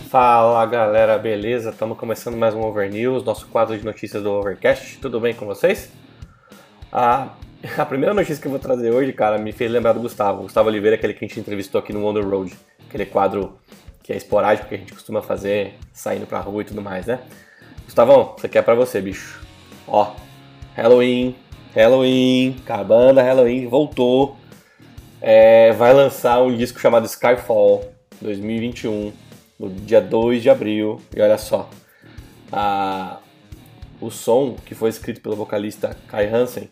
Fala galera, beleza? Estamos começando mais um Over News, nosso quadro de notícias do Overcast. Tudo bem com vocês? A primeira notícia que eu vou trazer hoje, cara, me fez lembrar do Gustavo Oliveira, aquele que a gente entrevistou aqui no On The Road. Aquele quadro que é esporádico que a gente costuma fazer, saindo pra rua e tudo mais, né? Gustavão, isso aqui é pra você, bicho. Ó, Halloween, a banda Halloween voltou. Vai lançar um disco chamado Skyfall 2021, no dia 2 de abril. E olha só, o som que foi escrito pelo vocalista Kai Hansen,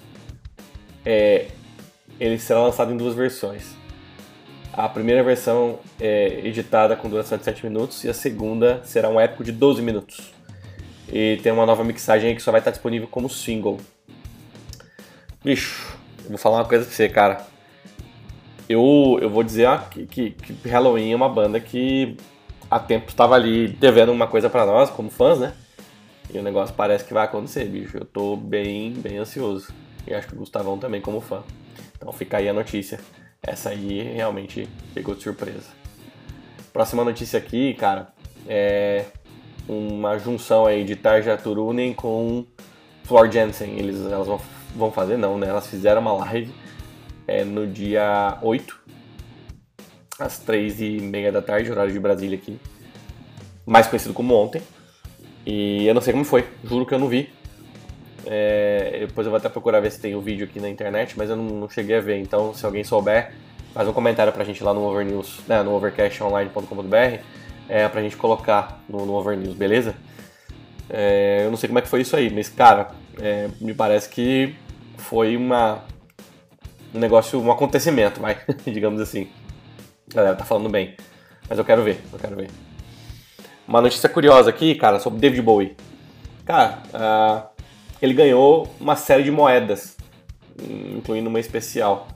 ele será lançado em duas versões. A primeira versão é editada com duração de 7 minutos e a segunda será um épico de 12 minutos. E tem uma nova mixagem aí que só vai estar disponível como single. Bicho, eu vou falar uma coisa pra você, cara. Eu vou dizer que Halloween é uma banda que há tempo estava ali devendo uma coisa pra nós, como fãs, né? E o negócio parece que vai acontecer, bicho. Eu tô bem ansioso. E acho que o Gustavão também, como fã. Então fica aí a notícia. Essa aí realmente pegou de surpresa. Próxima notícia aqui, cara, é uma junção aí de Tarja Turunen com Floor Jansen. Elas vão fazer, não, né? Elas fizeram uma live no dia 8, às 3h30 da tarde, horário de Brasília aqui. Mais conhecido como ontem. E eu não sei como foi, juro que eu não vi. Depois eu vou até procurar ver se tem o vídeo aqui na internet, mas eu não cheguei a ver. Então, se alguém souber, faz um comentário pra gente lá no Overnews, né, no overcastonline.com.br, pra gente colocar no Overnews, beleza? Eu não sei como é que foi isso aí, mas cara, me parece que foi um negócio, um acontecimento, vai, digamos assim. A galera tá falando bem, mas eu quero ver. Uma notícia curiosa aqui, cara, sobre David Bowie. Cara, ele ganhou uma série de moedas, incluindo uma especial.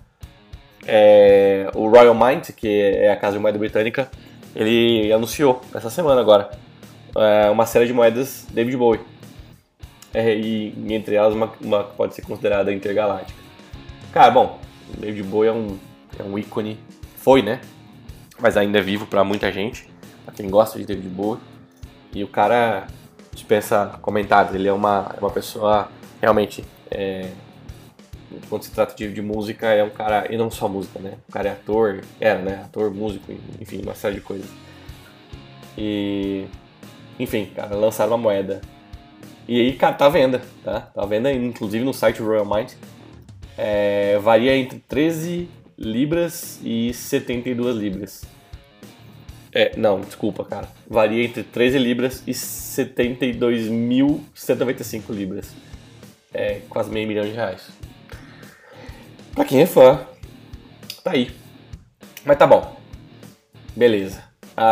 O Royal Mint, que é a casa de moeda britânica, ele anunciou essa semana agora uma série de moedas David Bowie. E entre elas uma que pode ser considerada intergaláctica. Cara, bom, David Bowie é um ícone, foi, né? Mas ainda é vivo pra muita gente, pra quem gosta de David Bowie. E o cara dispensa comentários, ele é uma pessoa realmente, quando se trata de música, é um cara, e não só música, né? O cara é ator, né? Ator, músico, enfim, uma série de coisas. E, enfim, cara, lançaram uma moeda. E aí, cara, tá à venda, tá? Tá à venda, inclusive no site Royal Mint. Varia entre 13 libras e 72 libras. Não, desculpa, cara. Varia entre 13 libras e 72.195 libras. Quase meio milhão de reais. Pra quem é fã, tá aí. Mas tá bom. Beleza.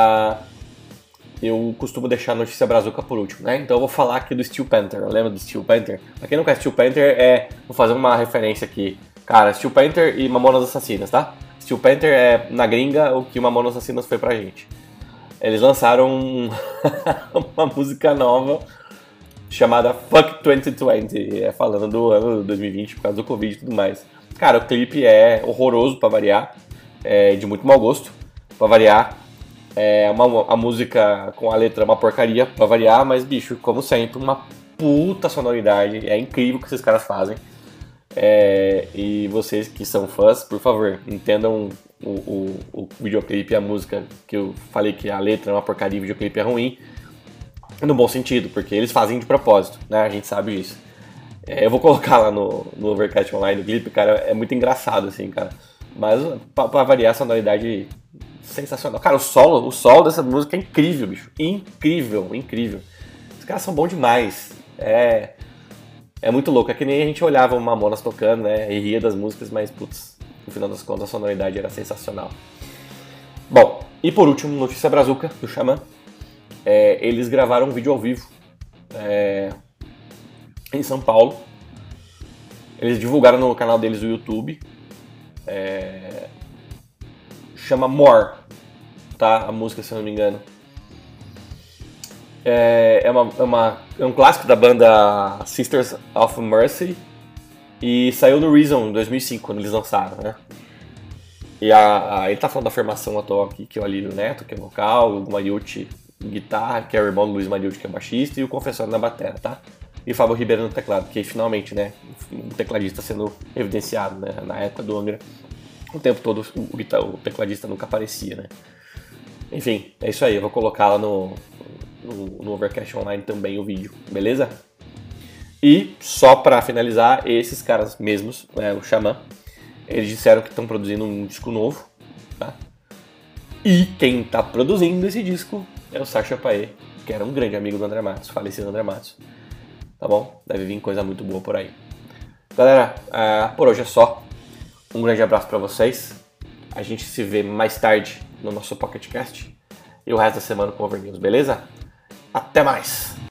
Eu costumo deixar a notícia brazuca por último, né? Então eu vou falar aqui do Steel Panther. Lembra do Steel Panther? Pra quem não conhece Steel Panther, vou fazer uma referência aqui. Cara, Steel Panther e Mamonas Assassinas, tá? Steel Panther é, na gringa, o que Mamonas Assassinas foi pra gente. Eles lançaram uma música nova chamada Fuck 2020, falando do ano 2020 por causa do Covid e tudo mais. Cara, o clipe é horroroso pra variar, de muito mau gosto pra variar. A música com a letra é uma porcaria pra variar, mas bicho, como sempre, uma puta sonoridade, é incrível o que esses caras fazem. E vocês que são fãs, por favor, entendam o videoclipe e a música, que eu falei que a letra é uma porcaria e o videoclipe é ruim, no bom sentido, porque eles fazem de propósito, né? A gente sabe disso. Eu vou colocar lá no Overcast Online, no clipe, cara, é muito engraçado, assim, cara. Mas pra variar, a sonoridade sensacional. Cara, o solo dessa música é incrível, bicho. Incrível. Os caras são bons demais. É muito louco. É que nem a gente olhava o Mamonas tocando, né? E ria das músicas, mas, putz, no final das contas, a sonoridade era sensacional. Bom, e por último, notícia brazuca do Xamã. Eles gravaram um vídeo ao vivo em São Paulo. Eles divulgaram no canal deles do YouTube. Chama More, tá? A música, se eu não me engano. É um clássico da banda Sisters of Mercy e saiu no Reason em 2005, quando eles lançaram, né? E ele tá falando da formação atual aqui, que é o Alírio Neto, que é vocal, o Mariucci guitarra, que é o irmão do Luiz Mariucci, que é baixista, e o Confessório na bateria, tá? E o Fábio Ribeiro no teclado, que finalmente, né, um tecladista sendo evidenciado, né, na época do Angra. O tempo todo o tecladista nunca aparecia, né? Enfim, é isso aí, eu vou colocar lá no Overcast Online também o vídeo, beleza? E só pra finalizar, esses caras mesmos, né, o Xamã, eles disseram que estão produzindo um disco novo, tá? E quem tá produzindo esse disco é o Sacha Paet, que era um grande amigo do André Matos, falecido André Matos. Tá bom? Deve vir coisa muito boa por aí. Galera, por hoje é só. Um grande abraço pra vocês. A gente se vê mais tarde no nosso PocketCast. E o resto da semana com o Over News, beleza? Até mais!